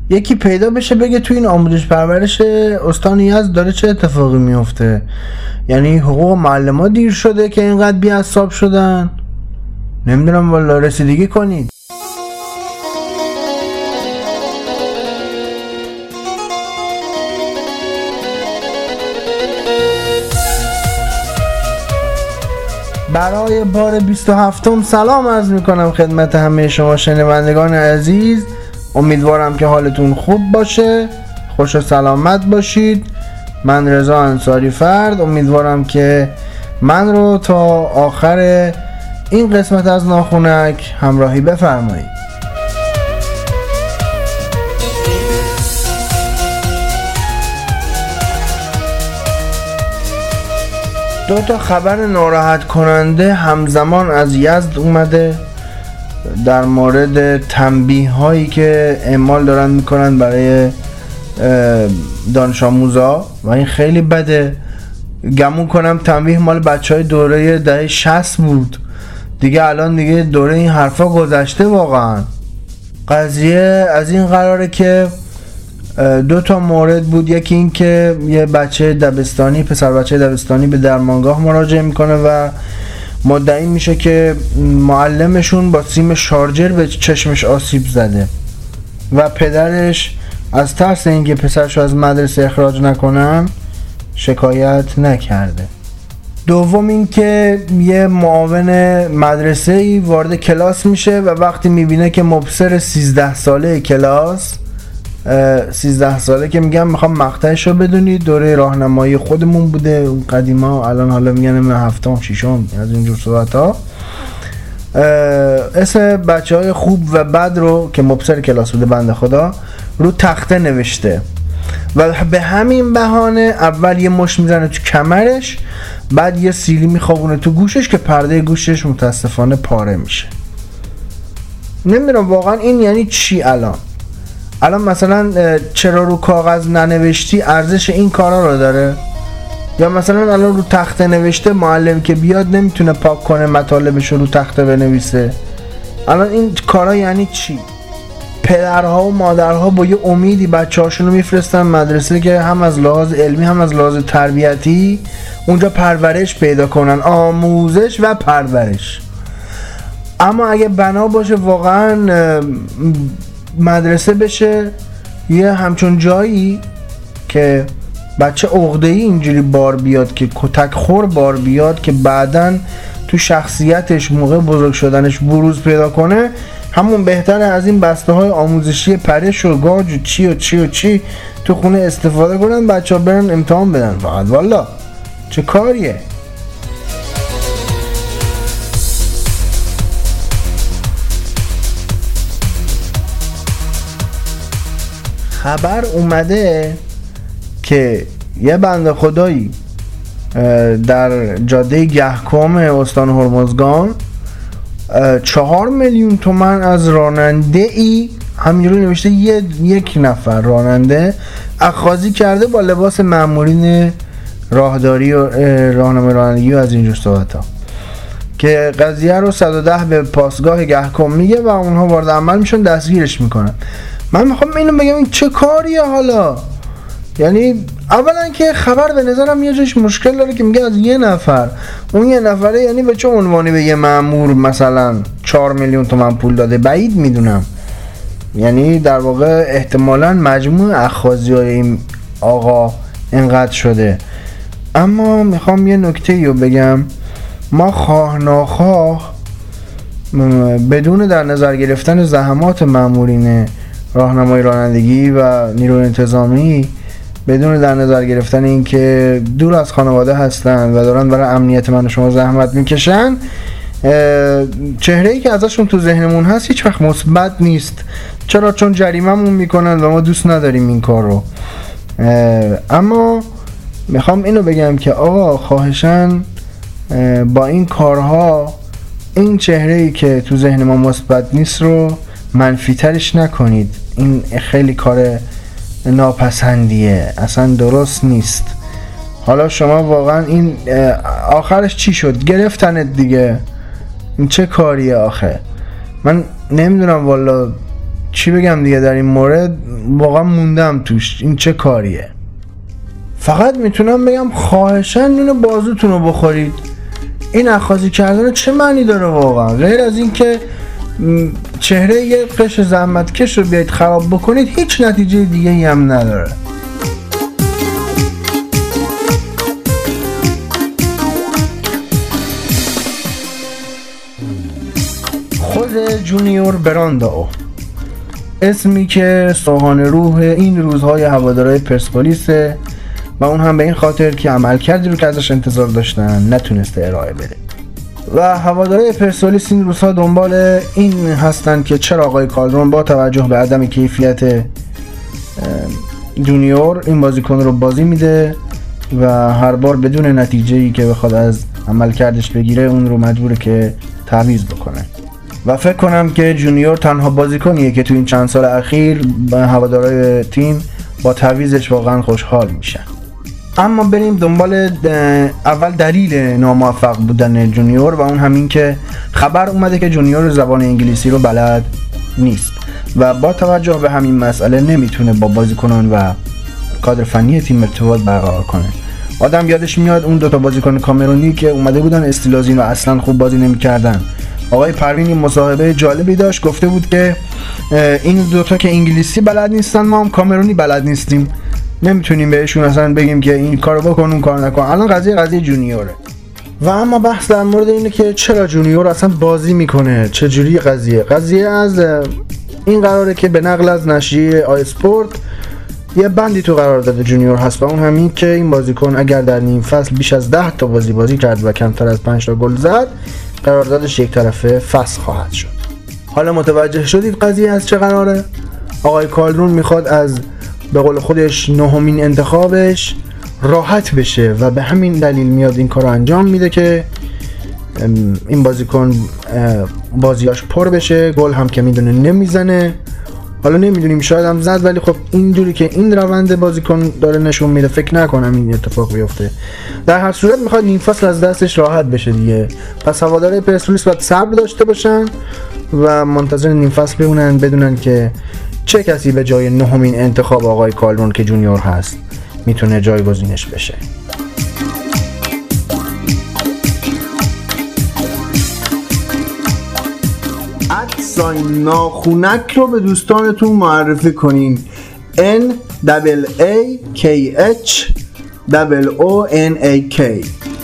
یکی پیدا بشه بگه تو این آموزش پرورش استان یزد داره چه اتفاقی میفته. یعنی حقوق معلم‌ها دیر شده که اینقدر بی‌عصاب شدن. نمیدونم والا، رسیدگی کنید. برای بار 27م سلام عرض میکنم خدمت همه شما شنوندگان عزیز. امیدوارم که حالتون خوب باشه، خوش و سلامت باشید. من رضا انصاری فرد امیدوارم که من رو تا آخر این قسمت از ناخنک همراهی بفرمایید. دو تا خبر ناراحت کننده همزمان از یزد اومده در مورد تنبیه هایی که اعمال دارن میکنن برای دانش آموزا و این خیلی بده. گمون کنم تنبیه مال بچه های دوره دهه 60 بود دیگه، الان دیگه دوره این حرفا گذشته. واقعا قضیه از این قراره که دو تا مورد بود. یکی این که یه بچه دبستانی، پسر بچه دبستانی به درمانگاه مراجعه میکنه و مدعی میشه که معلمشون با سیم شارژر به چشمش آسیب زده و پدرش از ترس اینکه پسرشو از مدرسه اخراج نکنن شکایت نکرده. دوم این که یه معاون مدرسه‌ای وارد کلاس میشه و وقتی میبینه که مبصر 13 ساله کلاس 13 ساله که میگم میخوام مقطعش رو بدونید، دوره راهنمایی خودمون بوده اون قدیما، الان حالا میگن من هفتم ششم از اینجور صحبت ها. اسم بچه های خوب و بد رو که مبصر کلاس بوده بنده خدا رو تخته نوشته و به همین بهانه اول یه مشت میزنه تو کمرش، بعد یه سیلی میخوابونه تو گوشش که پرده گوشش متاسفانه پاره میشه. نمیدونم واقعا این یعنی چی. الان مثلا چرا رو کاغذ ننوشتی ارزش این کارا رو داره؟ یا مثلا الان رو تخته نوشته، معلم که بیاد نمیتونه پاک کنه مطالبش رو تخته بنویسه. الان این کارا یعنی چی؟ پدرها و مادرها با یه امیدی بچه‌هاشون رو میفرستن مدرسه که هم از لحاظ علمی هم از لحاظ تربیتی اونجا پرورش پیدا کنن، آموزش و پرورش. اما اگه بنا باشه واقعا مدرسه بشه یه همچون جایی که بچه عقده‌ای اینجوری بار بیاد، که کتک خور بار بیاد، که بعدن تو شخصیتش موقع بزرگ شدنش بروز پیدا کنه، همون بهتره از این بسته های آموزشی پرش و گاج و چی و چی تو خونه استفاده کنن، بچه ها برن امتحان بدن. فقط والا چه کاریه؟ خبر اومده که یه بنده خدایی در جاده گهکام استان هرمزگان 4 میلیون تومان از راننده ای، همینجوری نوشته یک نفر راننده، اخاذی کرده با لباس مامورین راهداری و راهنمای رانندگی و از اینجور صحبت ها، که قضیه رو 110 به پاسگاه گهکام میگه و اونها وارد عمل میشن، دستگیرش میکنن. من میخوام اینو بگم این چه کاریه حالا؟ یعنی اولا که خبر به نظرم یه جاش مشکل داره که میگه از یه نفر، اون یه نفره یعنی به چه عنوانی به یه مأمور مثلا 4 میلیون تومان پول داده؟ بعید میدونم. یعنی در واقع احتمالاً مجموع اخاذی‌های این آقا اینقدر شده. اما میخوام یه نکته رو بگم، ما خواه ناخواه بدون در نظر گرفتن زحمات مأمورین راهنمای رانندگی و نیروی انتظامی، بدون در نظر گرفتن این که دور از خانواده هستن و دارن برای امنیت من و شما زحمت میکشن، چهره‌ای که ازشون تو ذهنمون هست هیچ وقت مثبت نیست. چرا؟ چون جریمه‌مون میکنن و ما دوست نداریم این کار رو. اما میخوام اینو بگم که آقا خواهشاً با این کارها این چهره‌ای که تو ذهن ما مثبت نیست رو منفی ترش نکنید. این خیلی کار ناپسندیه، اصلا درست نیست. حالا شما واقعا این آخرش چی شد؟ گرفتنت دیگه. این چه کاریه آخه؟ من نمیدونم والا چی بگم دیگه در این مورد، واقعا موندم توش این چه کاریه. فقط میتونم بگم خواهشاً نون بازوتون رو بخورید. این اخاذی کردن چه معنی داره واقعا، غیر از این که چهره یه قش زحمتکش رو بیاید خراب بکنید، هیچ نتیجه دیگه ای هم نداره. خود جونیور براندائو، اسمی که سوهان روح این روزهای هوادارهای پرسپولیسه و اون هم به این خاطر که عملکردی رو که ازش انتظار داشتن نتونسته ارائه بده. و هوادارهای پرسپولیس این روزها دنبال این هستن که چرا آقای کالدرون با توجه به عدم کیفیت جونیور این بازیکن رو بازی میده و هر بار بدون نتیجه‌ای که بخواد از عملکردش بگیره اون رو مجبوره که تعویض بکنه. و فکر کنم که جونیور تنها بازیکنیه که تو این چند سال اخیر هوادارهای تیم با تعویضش واقعا خوشحال میشن. اما بریم دنبال اول دلیل ناموفق بودن جونیور و اون همین که خبر اومده که جونیور زبان انگلیسی رو بلد نیست و با توجه به همین مسئله نمیتونه با بازیکنان و کادر فنی تیم ارتباط برقرار کنه. آدم یادش میاد اون دوتا بازیکن کامرونی که اومده بودن استیلازین و اصلا خوب بازی نمیکردن. آقای پروین این مصاحبه جالبی داشت، گفته بود که این دوتا که انگلیسی بلد نیستن، ما هم کامرونی بلد نیستیم، نمیتونیم بهشون اصلا بگیم که این کارو بکن اون کارو نکن. الان قضیه جونیوره. و اما بحث در مورد اینه که چرا جونیور اصلا بازی میکنه، چجوری قضیه از این قراره که به نقل از نشریه آی اسپورت یه بندی تو قرارداد جونیور هست و اون همین که این بازیکن اگر در نیم فصل بیش از 10 تا بازی کرد و کمتر از 5 تا گل زد، قراردادش یک طرفه فسخ خواهد شد. حالا متوجه شدید قضیه از چه قراره؟ آقای کالدرون میخواد از به قول خودش نهمین انتخابش راحت بشه و به همین دلیل میاد این کار رو انجام میده که این بازیکن بازیاش پر بشه، گل هم که میدونه نمیزنه. حالا نمیدونیم، شاید هم زد، ولی خب اینجوری که این روند بازیکن داره نشون میده فکر نکنم این اتفاق بیفته. در هر صورت میخواد نیم فصل از دستش راحت بشه دیگه. پس هوادارهای پرسپولیس باید صبر داشته باشن و منتظر نیم فصل بمونن بدونن که چه کسی به جای نهمین انتخاب آقای کالدرون که جونیور هست میتونه جایگزینش بشه. ادساین ناخونک رو به دوستانتون معرفی کنین. NAAKHOONAK